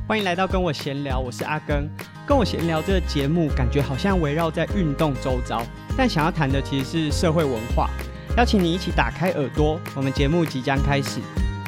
欢迎来到跟我闲聊，我是阿耕。跟我闲聊这个节目，感觉好像围绕在运动周遭，但想要谈的其实是社会文化。邀请你一起打开耳朵，我们节目即将开始。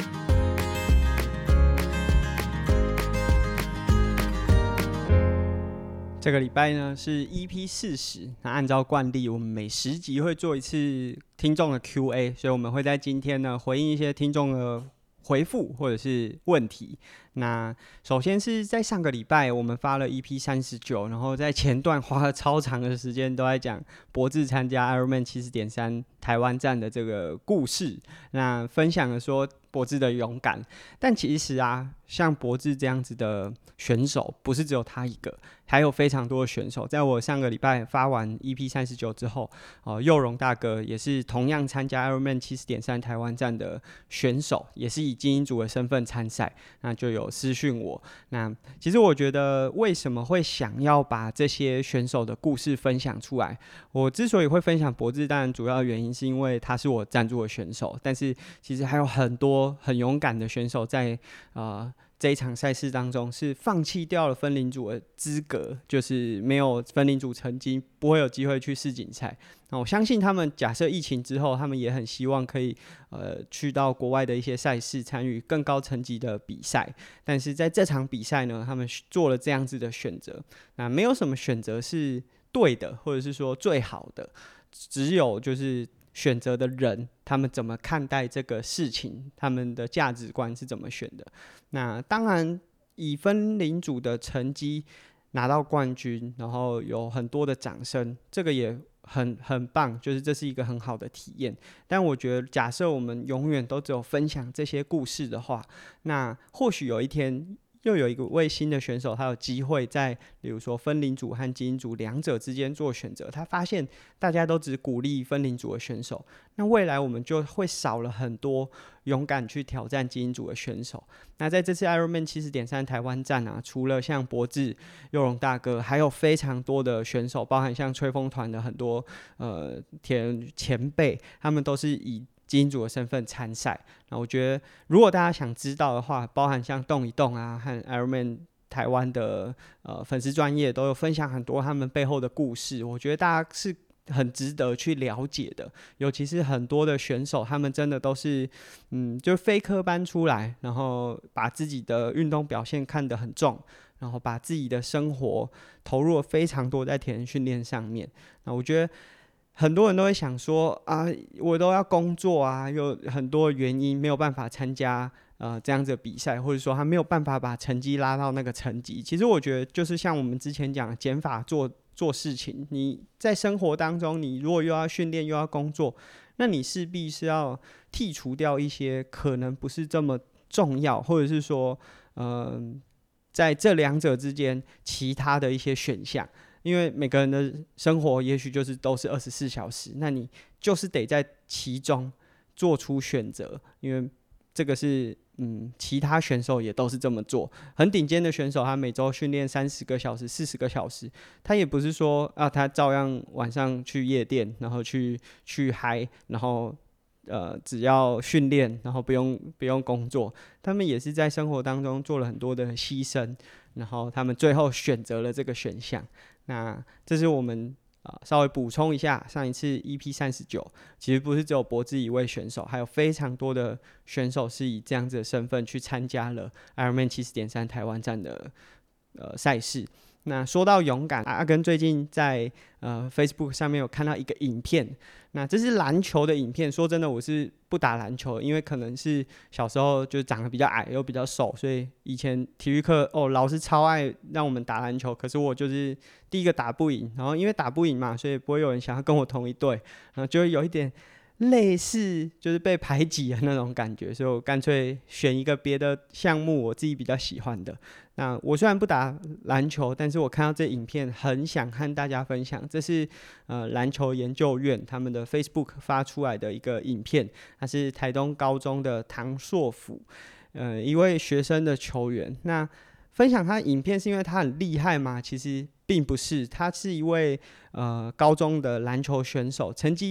这个礼拜呢是 EP40，那按照惯例，我们每10集会做一次听众的 Q&A， 所以我们会在今天呢回应一些听众的回复或者是问题。那首先是在上个礼拜我们发了 EP39， 然后在前段花了超长的时间都在讲博智参加 Ironman 70.3台湾站的这个故事，那分享了说博智的勇敢。但其实啊，像博智这样子的选手不是只有他一个，还有非常多的选手。在我上个礼拜发完 EP39 之后，佑荣大哥也是同样参加 Ironman 70.3台湾站的选手，也是以精英组的身份参赛，那就有私讯我。那其实我觉得为什么会想要把这些选手的故事分享出来，我之所以会分享博智，当然主要的原因是因为他是我赞助的选手，但是其实还有很多很勇敢的选手在这一场赛事当中是放弃掉了分龄组的资格，就是没有分龄组成绩不会有机会去世锦赛。那我相信他们假设疫情之后，他们也很希望可以去到国外的一些赛事参与更高层级的比赛，但是在这场比赛呢，他们做了这样子的选择。那没有什么选择是对的，或者是说最好的，只有就是选择的人他们怎么看待这个事情，他们的价值观是怎么选的。那当然以分龄组的成绩拿到冠军，然后有很多的掌声，这个也很棒，就是这是一个很好的体验。但我觉得假设我们永远都只有分享这些故事的话，那或许有一天又有一位新的选手，他有机会在比如说分龄组和精英组两者之间做选择，他发现大家都只鼓励分龄组的选手，那未来我们就会少了很多勇敢去挑战精英组的选手。那在这次 Ironman 70.3台湾站啊，除了像博智、佑荣大哥，还有非常多的选手，包含像吹风团的很多前辈，他们都是以精英组的身份参赛。那我觉得如果大家想知道的话，包含像动一动啊和 Ironman 台湾的粉丝专页都有分享很多他们背后的故事，我觉得大家是很值得去了解的。尤其是很多的选手，他们真的都是就非科班出来，然后把自己的运动表现看得很重，然后把自己的生活投入了非常多在铁人训练上面。那我觉得很多人都会想说啊，我都要工作啊，有很多原因没有办法参加这样子的比赛，或者说他没有办法把成绩拉到那个层级。其实我觉得就是像我们之前讲的减法做事情，你在生活当中，你如果又要训练又要工作，那你势必是要剔除掉一些可能不是这么重要，或者是说在这两者之间其他的一些选项。因为每个人的生活也许就是都是24小时，那你就是得在其中做出选择，因为这个是其他选手也都是这么做。很顶尖的选手，他每周训练30个小时、40个小时，他也不是说啊，他照样晚上去夜店，然后去嗨，然后只要训练，然后不用工作。他们也是在生活当中做了很多的牺牲，然后他们最后选择了这个选项。那这是我们稍微补充一下，上一次 EP39 其实不是只有博智一位选手，还有非常多的选手是以这样子的身份去参加了 Ironman 70.3台湾站的赛事。那说到勇敢，阿耕最近在Facebook 上面有看到一个影片，那这是篮球的影片。说真的，我是不打篮球的，因为可能是小时候就长得比较矮又比较瘦，所以以前体育课老师超爱让我们打篮球，可是我就是第一个打不赢，然后因为打不赢嘛，所以不会有人想要跟我同一队，然后就会有一点类似就是被排挤的那种感觉，所以我干脆选一个别的项目我自己比较喜欢的。那我虽然不打篮球，但是我看到这影片很想和大家分享。这是篮球研究院他们的 Facebook 发出来的一个影片，它是台东高中的唐硕甫一位学生的球员。那分享他的影片是因为他很厉害吗？其实并不是，他是一位高中的篮球选手，成绩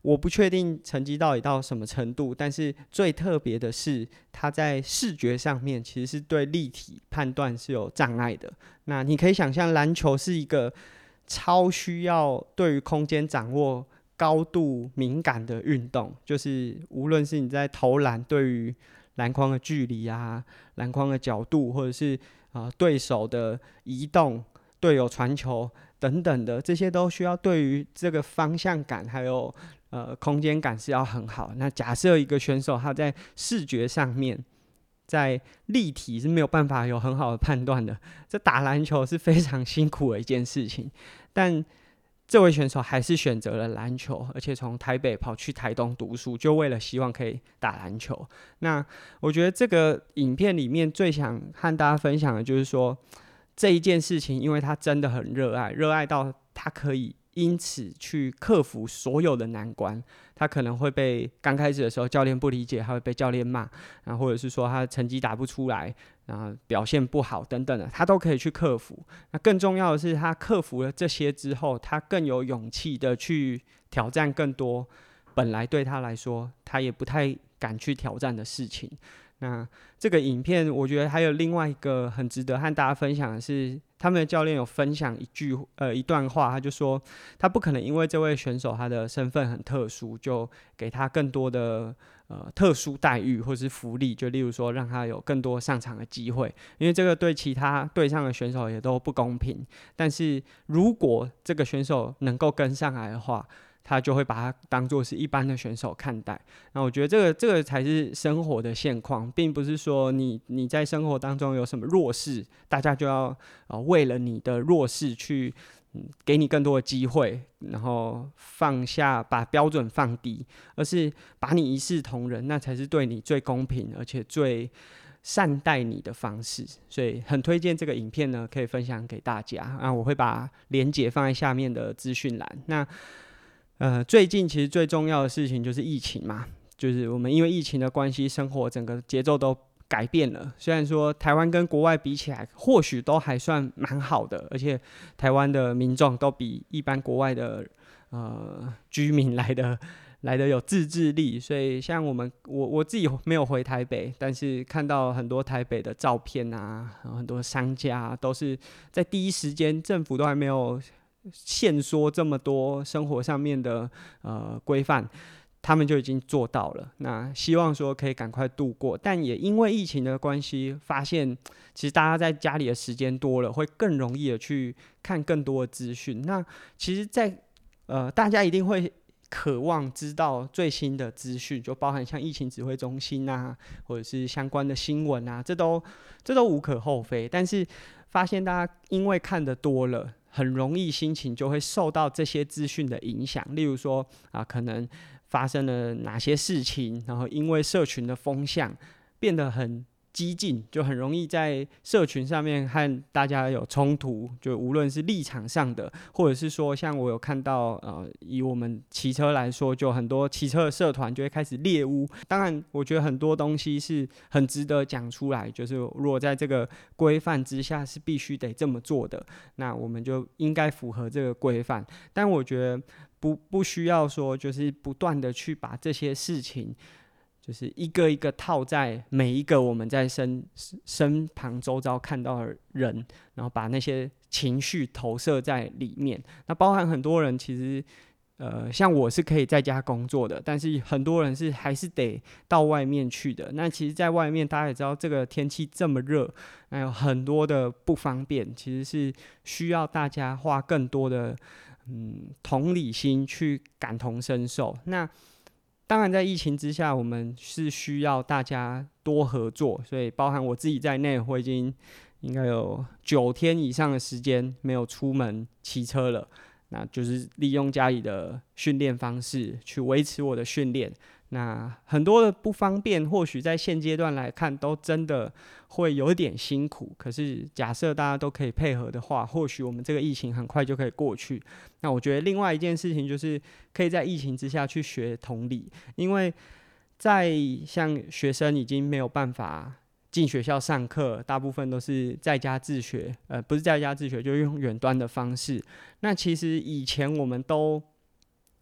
我不确定成绩到底到什么程度，但是最特别的是，它在视觉上面其实是对立体判断是有障碍的。那你可以想象，篮球是一个超需要对于空间掌握高度敏感的运动，就是无论是你在投篮，对于篮筐的距离啊、篮筐的角度，或者是对手的移动、队友传球等等的，这些都需要对于这个方向感还有空间感是要很好。那假设一个选手他在视觉上面，在立体是没有办法有很好的判断的，这打篮球是非常辛苦的一件事情。但这位选手还是选择了篮球，而且从台北跑去台东读书，就为了希望可以打篮球。那我觉得这个影片里面最想和大家分享的就是说，这一件事情，因为他真的很热爱，热爱到他可以因此去克服所有的难关。他可能会被刚开始的时候教练不理解，他会被教练骂，或者是说他的成绩打不出来，表现不好等等的，他都可以去克服。那更重要的是，他克服了这些之后，他更有勇气的去挑战更多本来对他来说他也不太敢去挑战的事情。那这个影片，我觉得还有另外一个很值得和大家分享的是，他们的教练有分享一段话，他就说，他不可能因为这位选手他的身份很特殊，就给他更多的特殊待遇或是福利，就例如说让他有更多上场的机会，因为这个对其他队上的选手也都不公平。但是如果这个选手能够跟上来的话，他就会把他当作是一般的选手看待。那我觉得这个才是生活的现况，并不是说你在生活当中有什么弱势，大家就要为了你的弱势去给你更多的机会，然后把标准放低，而是把你一视同仁，那才是对你最公平而且最善待你的方式。所以很推荐这个影片呢，可以分享给大家。我会把连结放在下面的资讯栏。那最近其实最重要的事情就是疫情嘛，就是我们因为疫情的关系，生活整个节奏都改变了。虽然说台湾跟国外比起来，或许都还算蛮好的，而且台湾的民众都比一般国外的居民来的有自制力，所以像我自己没有回台北，但是看到很多台北的照片啊，很多商家都是在第一时间，政府都还没有限缩这么多生活上面的规范，他们就已经做到了。那希望说可以赶快度过，但也因为疫情的关系，发现其实大家在家里的时间多了，会更容易的去看更多的资讯。那其实在，大家一定会渴望知道最新的资讯，就包含像疫情指挥中心啊，或者是相关的新闻啊，这都无可厚非。但是发现大家因为看得多了，很容易心情就会受到这些资讯的影响。例如说可能发生了哪些事情，然后因为社群的风向变得很激进，就很容易在社群上面和大家有冲突，就无论是立场上的，或者是说像我有看到以我们骑车来说，就很多骑车的社团就会开始猎巫。当然我觉得很多东西是很值得讲出来，就是如果在这个规范之下是必须得这么做的，那我们就应该符合这个规范。但我觉得不需要说就是不断的去把这些事情就是一个一个套在每一个我们在身旁周遭看到的人，然后把那些情绪投射在里面。那包含很多人其实像我是可以在家工作的，但是很多人是还是得到外面去的。那其实在外面大家也知道这个天气这么热，那有很多的不方便，其实是需要大家花更多的同理心去感同身受。那当然在疫情之下，我们是需要大家多合作，所以包含我自己在内，我已经应该有9天以上的时间没有出门骑车了。那就是利用家里的训练方式去维持我的训练。那很多的不方便，或许在现阶段来看都真的会有点辛苦，可是假设大家都可以配合的话，或许我们这个疫情很快就可以过去。那我觉得另外一件事情就是可以在疫情之下去学同理，因为在像学生已经没有办法进学校上课，大部分都是在家自学，不是在家自学，就用远端的方式。那其实以前我们都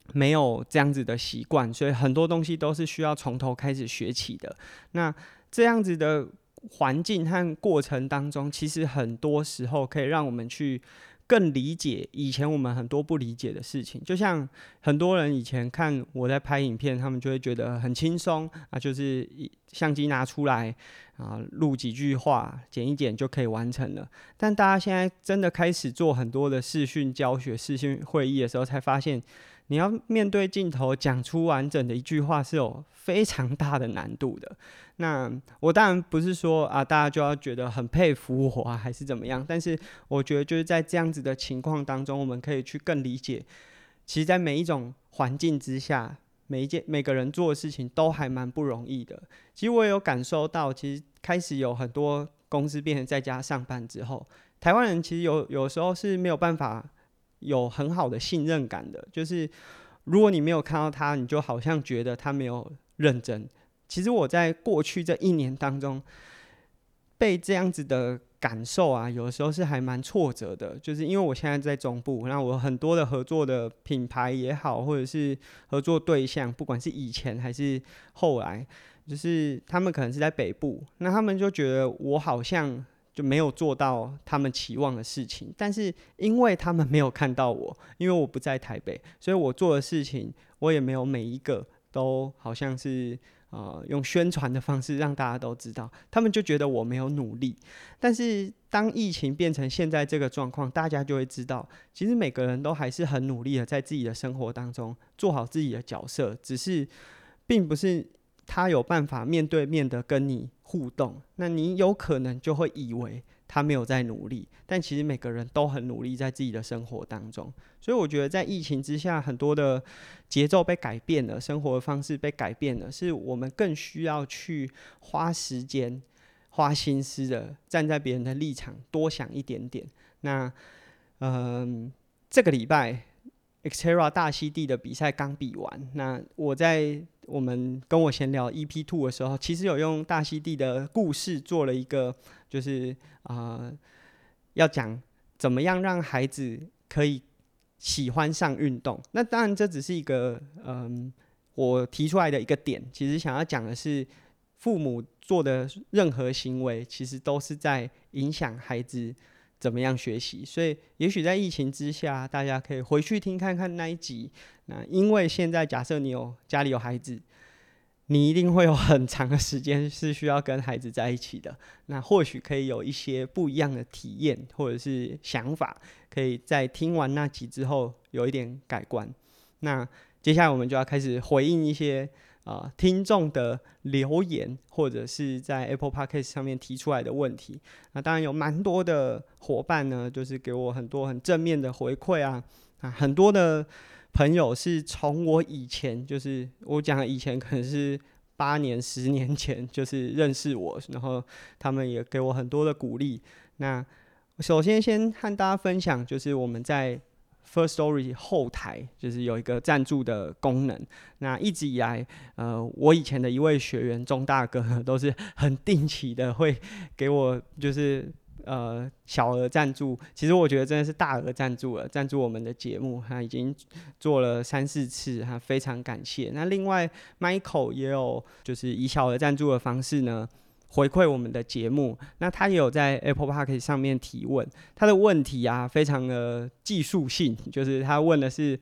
没有这样子的习惯，所以很多东西都是需要从头开始学起的。那这样子的环境和过程当中，其实很多时候可以让我们去更理解以前我们很多不理解的事情。就像很多人以前看我在拍影片，他们就会觉得很轻松啊，就是相机拿出来啊，录几句话，剪一剪就可以完成了。但大家现在真的开始做很多的视讯教学、视讯会议的时候，才发现你要面对镜头讲出完整的一句话是有非常大的难度的。那我当然不是说啊，大家就要觉得很佩服我啊，还是怎么样。但是我觉得就是在这样子的情况当中，我们可以去更理解，其实在每一种环境之下，每个人做的事情都还蛮不容易的。其实我也有感受到，其实开始有很多公司变成在家上班之后，台湾人其实有时候是没有办法有很好的信任感的，就是如果你没有看到他，你就好像觉得他没有认真。其实我在过去这1年当中，被这样子的感受啊，有的时候是还蛮挫折的。就是因为我现在在中部，那我很多的合作的品牌也好，或者是合作对象，不管是以前还是后来，就是他们可能是在北部，那他们就觉得我好像就没有做到他们期望的事情。但是因为他们没有看到我，因为我不在台北，所以我做的事情我也没有每一个都好像是用宣传的方式让大家都知道，他们就觉得我没有努力。但是当疫情变成现在这个状况，大家就会知道，其实每个人都还是很努力的在自己的生活当中做好自己的角色，只是并不是他有办法面对面的跟你互动，那你有可能就会以为他没有在努力，但其实每个人都很努力在自己的生活当中。所以我觉得在疫情之下，很多的节奏被改变了，生活的方式被改变了，是我们更需要去花时间、花心思的站在别人的立场多想一点点。那这个礼拜 Xterra 大溪地的比赛刚比完，那我们跟我闲聊 EP2 的时候，其实有用大溪地的故事做了一个，就是要讲怎么样让孩子可以喜欢上运动。那当然这只是一个我提出来的一个点，其实想要讲的是，父母做的任何行为，其实都是在影响孩子怎么样学习。所以也许在疫情之下，大家可以回去听看看那一集。那因为现在假设你家里有孩子，你一定会有很长的时间是需要跟孩子在一起的。那或许可以有一些不一样的体验或者是想法，可以在听完那集之后有一点改观。那接下来我们就要开始回应一些听众的留言，或者是在 Apple Podcast 上面提出来的问题。那当然有蛮多的伙伴呢，就是给我很多很正面的回馈啊，很多的朋友是从我以前，就是我讲的以前可能是8年、10年前，就是认识我，然后他们也给我很多的鼓励。那首先和大家分享，就是我们在Firstory 后台就是有一个赞助的功能。那一直以来，我以前的一位学员钟大哥呢，都是很定期的会给我就是小额赞助。其实我觉得真的是大额赞助了，赞助我们的节目，他已经做了3-4次，他非常感谢。那另外 Michael 也有就是以小额赞助的方式呢，回馈我们的节目。那他也有在 Apple Podcast 上面提问，他的问题啊非常的技术性，就是他问的是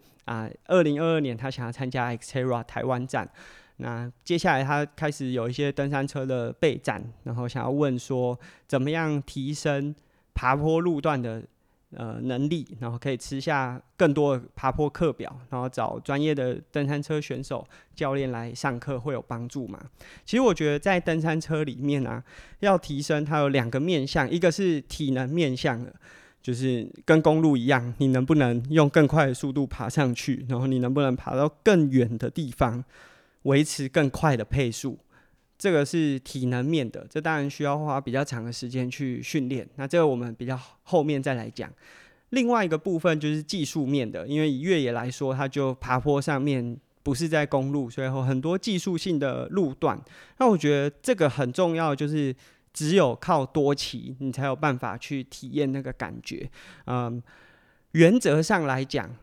2022年他想要参加 Xterra 台湾站。那接下来他开始有一些登山车的备战，然后想要问说怎么样提升爬坡路段的能力，然后可以吃下更多的爬坡课表，然后找专业的登山车选手教练来上课会有帮助吗？其实我觉得在登山车里面啊，要提升它有2个面向，一个是体能面向的，就是跟公路一样，你能不能用更快的速度爬上去，然后你能不能爬到更远的地方，维持更快的配速。这个是体能面的，这当然需要花比较长的时间去训练，那这个我们比较后面再来讲。另外一个部分就是技术面的，因为以越野来说，它就爬坡上面不是在公路，所以有很多技术性的路段。那我觉得这个很重要，就是只有靠多骑，你才有办法去体验那个感觉。原则上来讲，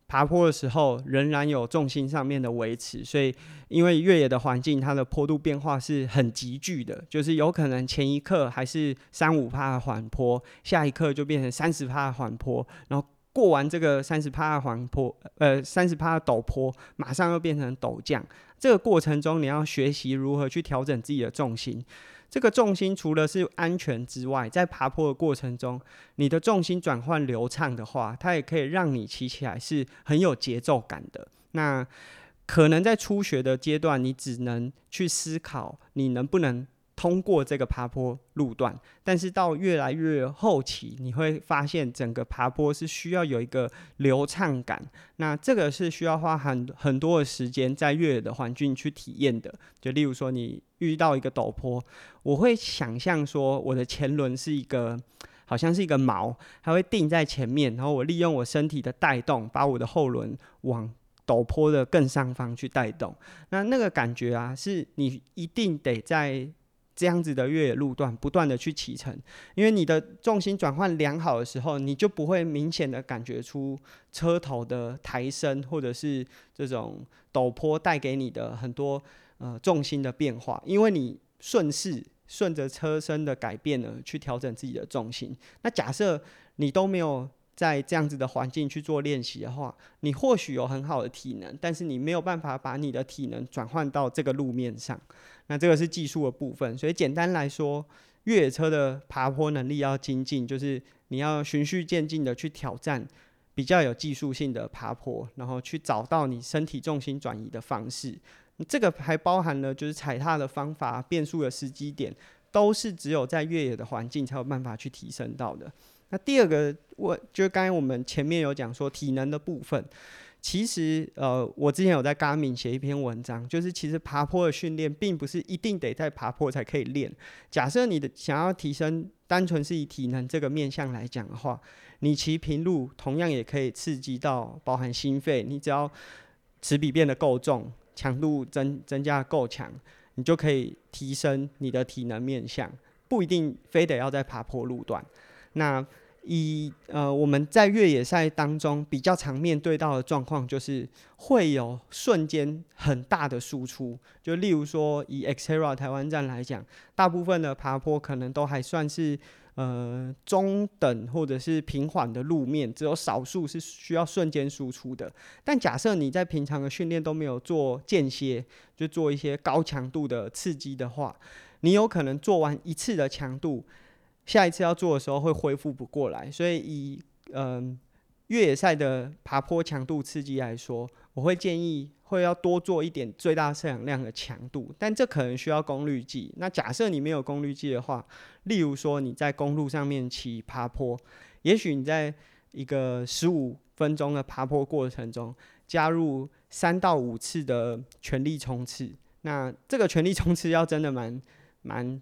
爬坡的时候仍然有重心上面的维持，所以因为越野的环境它的坡度变化是很急剧的，就是有可能前一刻还是3-5%的缓坡，下一刻就变成30%的缓坡，然后过完这个30%的缓坡，30%的陡坡，马上又变成陡降。这个过程中你要学习如何去调整自己的重心。这个重心除了是安全之外，在爬坡的过程中，你的重心转换流畅的话，它也可以让你骑起来是很有节奏感的。那可能在初学的阶段，你只能去思考你能不能通过这个爬坡路段，但是到越来越后期，你会发现整个爬坡是需要有一个流畅感，那这个是需要花很多的时间在越野的环境去体验的。就例如说你遇到一个陡坡，我会想象说我的前轮是一个好像是一个锚，它会定在前面，然后我利用我身体的带动，把我的后轮往陡坡的更上方去带动。那个感觉啊，是你一定得在这样子的越野路段不断的去骑乘，因为你的重心转换良好的时候，你就不会明显的感觉出车头的抬升，或者是这种陡坡带给你的很多重心的变化，因为你顺着车身的改变呢去调整自己的重心。那假设你都没有在这样子的环境去做练习的话，你或许有很好的体能，但是你没有办法把你的体能转换到这个路面上。那这个是技术的部分，所以简单来说，越野车的爬坡能力要精进，就是你要循序渐进的去挑战比较有技术性的爬坡，然后去找到你身体重心转移的方式。这个还包含了就是踩踏的方法、变速的时机点，都是只有在越野的环境才有办法去提升到的。那第二个，就刚才我们前面有讲说体能的部分，其实我之前有在 Garmin 写一篇文章，就是其实爬坡的训练并不是一定得在爬坡才可以练。假设你想要提升，单纯是以体能这个面向来讲的话，你骑平路同样也可以刺激到包含心肺，你只要齿比变得够重，强度增加够强，你就可以提升你的体能面向，不一定非得要在爬坡路段。那我们在越野赛当中比较常面对到的状况，就是会有瞬间很大的输出。就例如说，以 Xterra 台湾站来讲，大部分的爬坡可能都还算是中等或者是平缓的路面，只有少数是需要瞬间输出的。但假设你在平常的训练都没有做间歇，就做一些高强度的刺激的话，你有可能做完一次的强度，下一次要做的时候会恢复不过来。所以以越野赛的爬坡强度刺激来说，我会建议要多做一点最大摄氧量的强度，但这可能需要功率计。那假设你没有功率计的话，例如说你在公路上面骑爬坡，也许你在一个15分钟的爬坡过程中，加入3到5次的全力冲刺。那这个全力冲刺要真的蛮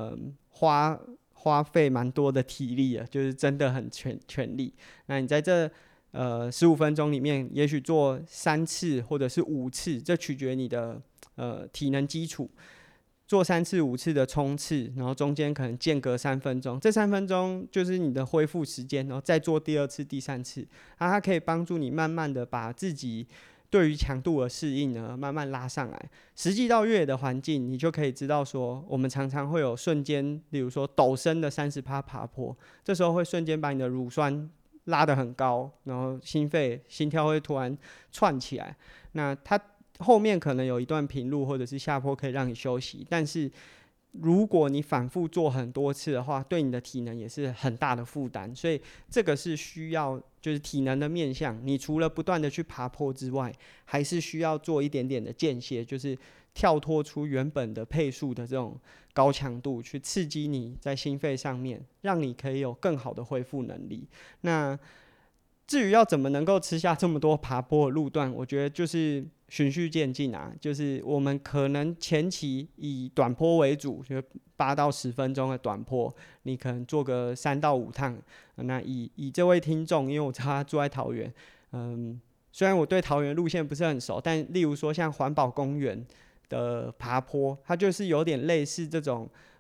花费蛮多的体力的，就是真的很全力。那你在这15分钟里面，也许做3次或者是5次，这取决你的体能基础。做3次5次的冲刺，然后中间可能间隔3分钟，这3分钟就是你的恢复时间，然后再做第2次、第3次，它可以帮助你慢慢的把自己对于强度的适应呢慢慢拉上来。实际到越野的环境，你就可以知道说，我们常常会有瞬间，例如说陡升的30%爬坡，这时候会瞬间把你的乳酸拉得很高，然后心跳会突然窜起来。那它后面可能有一段平路或者是下坡可以让你休息，但是如果你反复做很多次的话，对你的体能也是很大的负担。所以这个是需要就是体能的面向，你除了不断的去爬坡之外，还是需要做一点点的间歇，就是跳脱出原本的配速的这种高强度，去刺激你在心肺上面，让你可以有更好的恢复能力。那至于要怎么能够吃下这么多爬坡的路段，我觉得就是循序渐进啊，就是我们可能前期以短坡为主，就8到10分钟的短坡，你可能做个3到5趟。那以这位听众，因为我知道他住在桃园，虽然我对桃园路线不是很熟，但例如说像环保公园的爬坡，它就是有点类似这种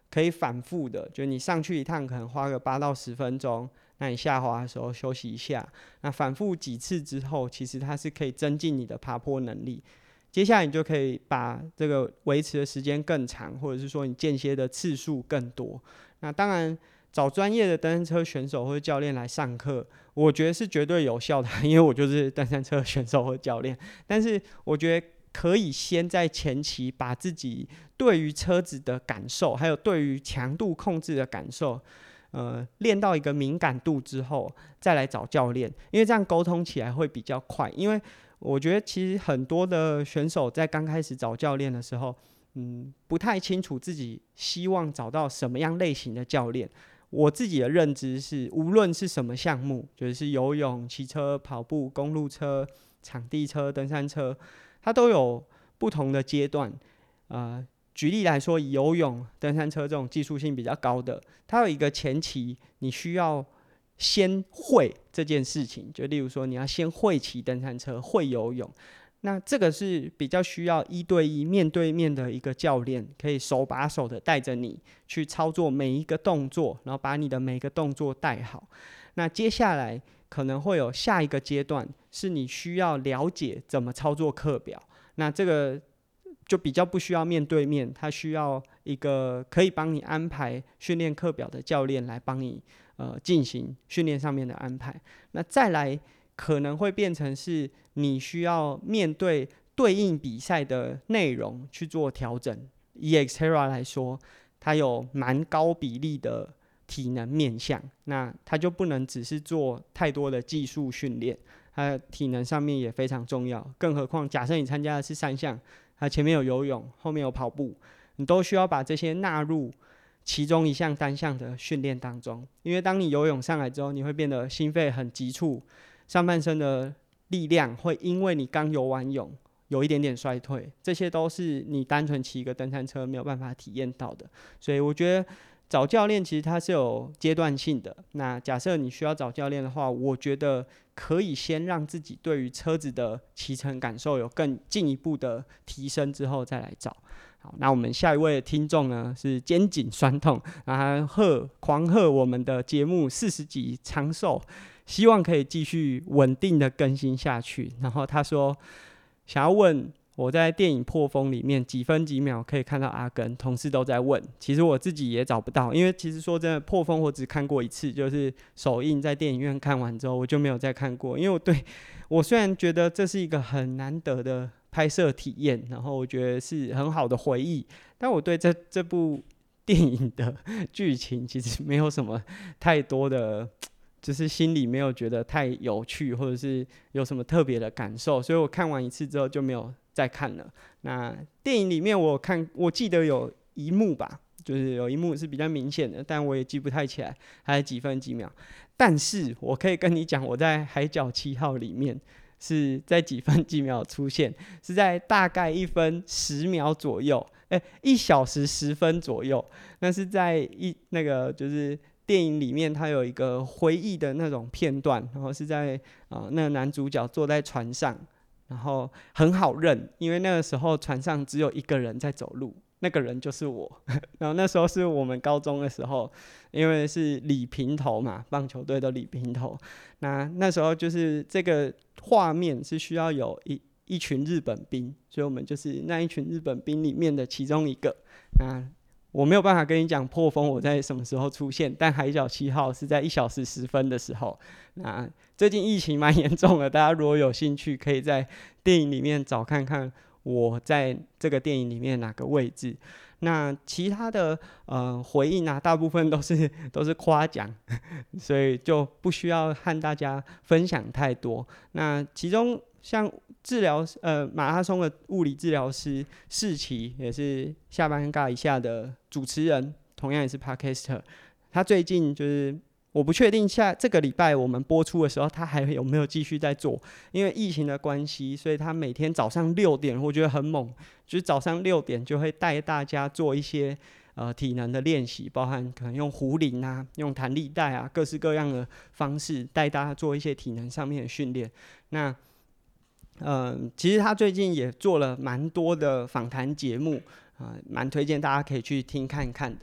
可以反复的，就你上去一趟可能花个8到10分钟，那你下滑的时候休息一下，那反复几次之后，其实它是可以增进你的爬坡能力。接下来你就可以把这个维持的时间更长，或者是说你间歇的次数更多。那当然找专业的登山车选手或者教练来上课，我觉得是绝对有效的，因为我就是登山车选手或教练。但是我觉得可以先在前期把自己对于车子的感受，还有对于强度控制的感受，练到一个敏感度之后，再来找教练，因为这样沟通起来会比较快。因为我觉得其实很多的选手在刚开始找教练的时候，不太清楚自己希望找到什么样类型的教练。我自己的认知是，无论是什么项目，就是游泳、骑车、跑步、公路车、场地车、登山车，它都有不同的阶段。举例来说，以游泳、登山车这种技术性比较高的，它有一个前期，你需要先会这件事情，就例如说你要先会骑登山车，会游泳，那这个是比较需要1对1面对面的一个教练，可以手把手的带着你去操作每一个动作，然后把你的每一个动作带好。那接下来可能会有下一个阶段，是你需要了解怎么操作课表，那这个就比较不需要面对面，他需要一个可以帮你安排训练课表的教练来帮你进行训练上面的安排。那再来可能会变成是你需要面对对应比赛的内容去做调整。以 Xterra 来说，它有蛮高比例的体能面向，那它就不能只是做太多的技术训练，它的体能上面也非常重要。更何况假设你参加的是3项，它前面有游泳，后面有跑步，你都需要把这些纳入其中一项单项的训练当中。因为当你游泳上来之后，你会变得心肺很急促，上半身的力量会因为你刚游完泳有一点点衰退，这些都是你单纯骑一个登山车没有办法体验到的。所以我觉得找教练其实它是有阶段性的。那假设你需要找教练的话，我觉得可以先让自己对于车子的骑乘感受有更进一步的提升之后再来找。好，那我们下一位听众呢是肩颈酸痛，然后狂贺我们的节目40集长寿，希望可以继续稳定的更新下去。然后他说想要问我在电影《破风》里面几分几秒可以看到阿根，同事都在问，其实我自己也找不到，因为其实说真的，《破风》我只看过一次，就是首映在电影院看完之后我就没有再看过。因为我虽然觉得这是一个很难得的拍摄体验，然后我觉得是很好的回忆，但我对这部电影的剧情其实没有什么太多的，就是心里没有觉得太有趣，或者是有什么特别的感受，所以我看完一次之后就没有再看了。那电影里面我记得有一幕吧，就是有一幕是比较明显的，但我也记不太起来还是几分几秒。但是我可以跟你讲，我在《海角7号》里面是在几分几秒出现，是在大概1分10秒左右，1小时10分左右。那是在那个就是电影里面，它有一个回忆的那种片段，然后是在那个男主角坐在船上，然后很好认，因为那个时候船上只有一个人在走路，那个人就是我。然后那时候是我们高中的时候，因为是理平头嘛，棒球队的理平头。那时候就是这个画面是需要有一群日本兵，所以我们就是那一群日本兵里面的其中一个。那我没有办法跟你讲破风我在什么时候出现，但海角7号是在1小时10分的时候。那最近疫情蛮严重的，大家如果有兴趣，可以在电影里面找看看我在这个电影里面哪个位置。那其他的回应大部分都是夸奖，所以就不需要和大家分享太多。那其中像马拉松的物理治疗师世奇，也是下班尬一下的主持人，同样也是 Podcaster。他最近就是我不确定这个礼拜我们播出的时候，他还有没有继续在做？因为疫情的关系，所以他每天早上6点，我觉得很猛，就是早上6点就会带大家做一些体能的练习，包含可能用壶铃用弹力带各式各样的方式带大家做一些体能上面的训练。那其实他最近也做了蛮多的访谈节目，蛮推荐大家可以去听看看的。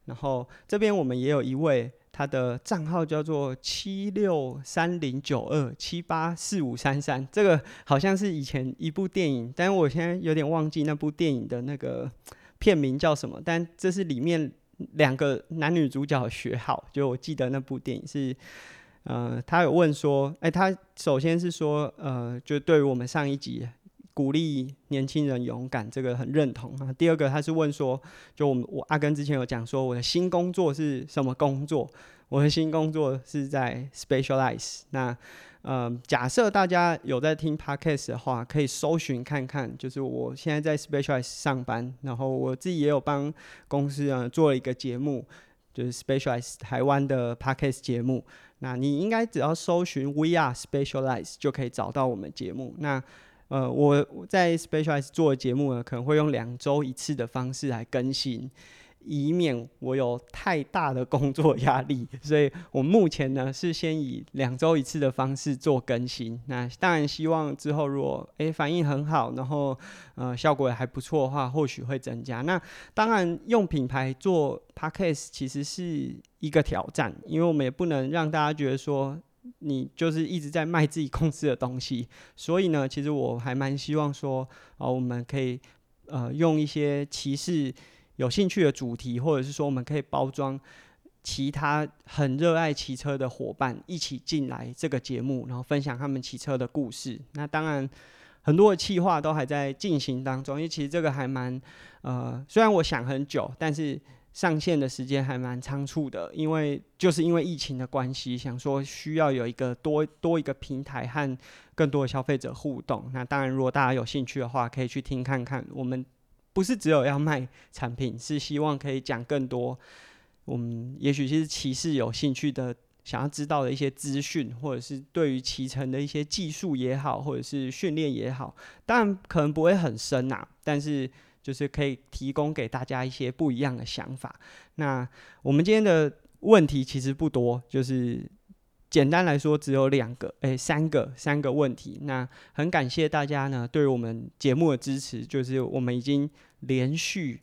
然后这边我们也有一位，他的账号叫做763092784533，这个好像是以前一部电影，但是我现在有点忘记那部电影的那个片名叫什么，但这是里面2个男女主角的学号，就我记得那部电影是。他有问说，他首先是说，就对于我们上一集鼓励年轻人勇敢，这个很认同啊。第二个，他是问说，就我阿根之前有讲说，我的新工作是什么工作？我的新工作是在 Specialized。那假设大家有在听 Podcast 的话，可以搜寻看看，就是我现在在 Specialized 上班，然后我自己也有帮公司做了一个节目，就是 Specialized 台湾的 Podcast 节目。那你应该只要搜寻 We Are Specialized 就可以找到我们节目。那我在 Specialized 做的节目呢，可能会用2周1次的方式来更新，以免我有太大的工作压力，所以我目前呢是先以2周1次的方式做更新。那当然希望之后如果反应很好，然后效果也还不错的话，或许会增加。那当然用品牌做 Podcast 其实是一个挑战，因为我们也不能让大家觉得说你就是一直在卖自己公司的东西，所以呢，其实我还蛮希望说，我们可以用一些骑士有兴趣的主题，或者是说我们可以包装其他很热爱骑车的伙伴一起进来这个节目，然后分享他们骑车的故事。那当然很多的企划都还在进行当中，因为其实这个还蛮虽然我想很久，但是上线的时间还蛮仓促的，因为疫情的关系，想说需要有一个多一个平台和更多的消费者互动。那当然如果大家有兴趣的话，可以去听看看，我们不是只有要卖产品，是希望可以讲更多我们也许是骑士有兴趣的想要知道的一些资讯，或者是对于骑乘的一些技术也好，或者是训练也好，当然可能不会很深但是就是可以提供给大家一些不一样的想法。那我们今天的问题其实不多，就是简单来说只有三个问题。那很感谢大家呢对于我们节目的支持，就是我们已经连续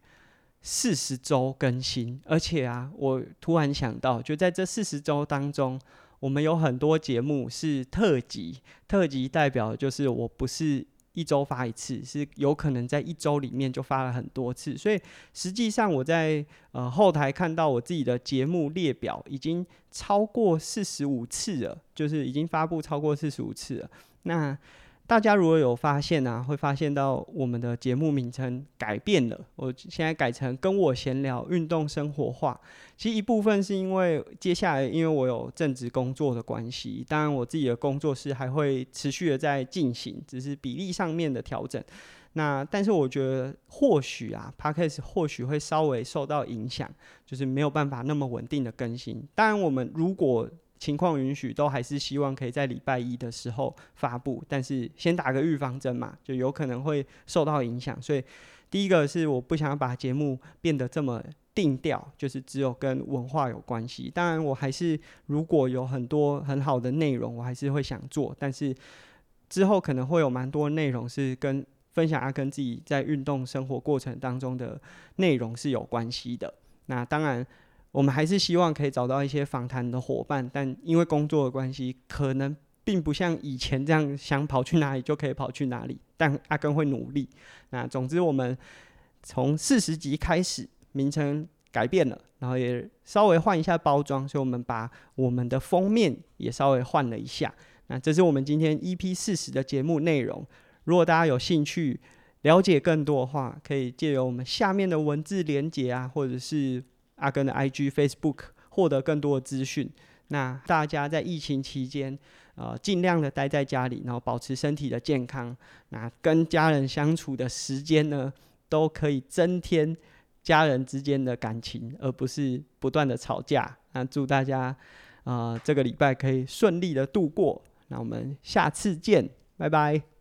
40周更新，而且我突然想到，就在这40周当中，我们有很多节目是特辑，代表就是我不是1周发1次，是有可能在1周里面就发了很多次，所以实际上我在后台看到我自己的节目列表已经超过45次了，就是已经发布超过45次了。那大家如果有发现会发现到我们的节目名称改变了，我现在改成跟我闲聊运动生活化。其实一部分是因为接下来因为我有正职工作的关系，当然我自己的工作室还会持续的在进行，只是比例上面的调整。那但是我觉得或许Podcast 或许会稍微受到影响，就是没有办法那么稳定的更新。当然我们如果情况允许，都还是希望可以在礼拜1的时候发布，但是先打个预防针嘛，就有可能会受到影响。所以第一个是我不想要把节目变得这么定调，就是只有跟文化有关系。当然我还是如果有很多很好的内容，我还是会想做，但是之后可能会有蛮多内容是跟分享跟自己在运动生活过程当中的内容是有关系的。那当然我们还是希望可以找到一些访谈的伙伴，但因为工作的关系，可能并不像以前这样想跑去哪里就可以跑去哪里，但阿根会努力。那总之我们从40集开始，名称改变了，然后也稍微换一下包装，所以我们把我们的封面也稍微换了一下。那这是我们今天 EP40 的节目内容。如果大家有兴趣了解更多的话，可以借由我们下面的文字连结或者是阿根的 IG、Facebook 获得更多的资讯。那大家在疫情期间，尽量的待在家里，然后保持身体的健康。那跟家人相处的时间呢，都可以增添家人之间的感情，而不是不断的吵架。那祝大家这个礼拜可以顺利的度过。那我们下次见，拜拜。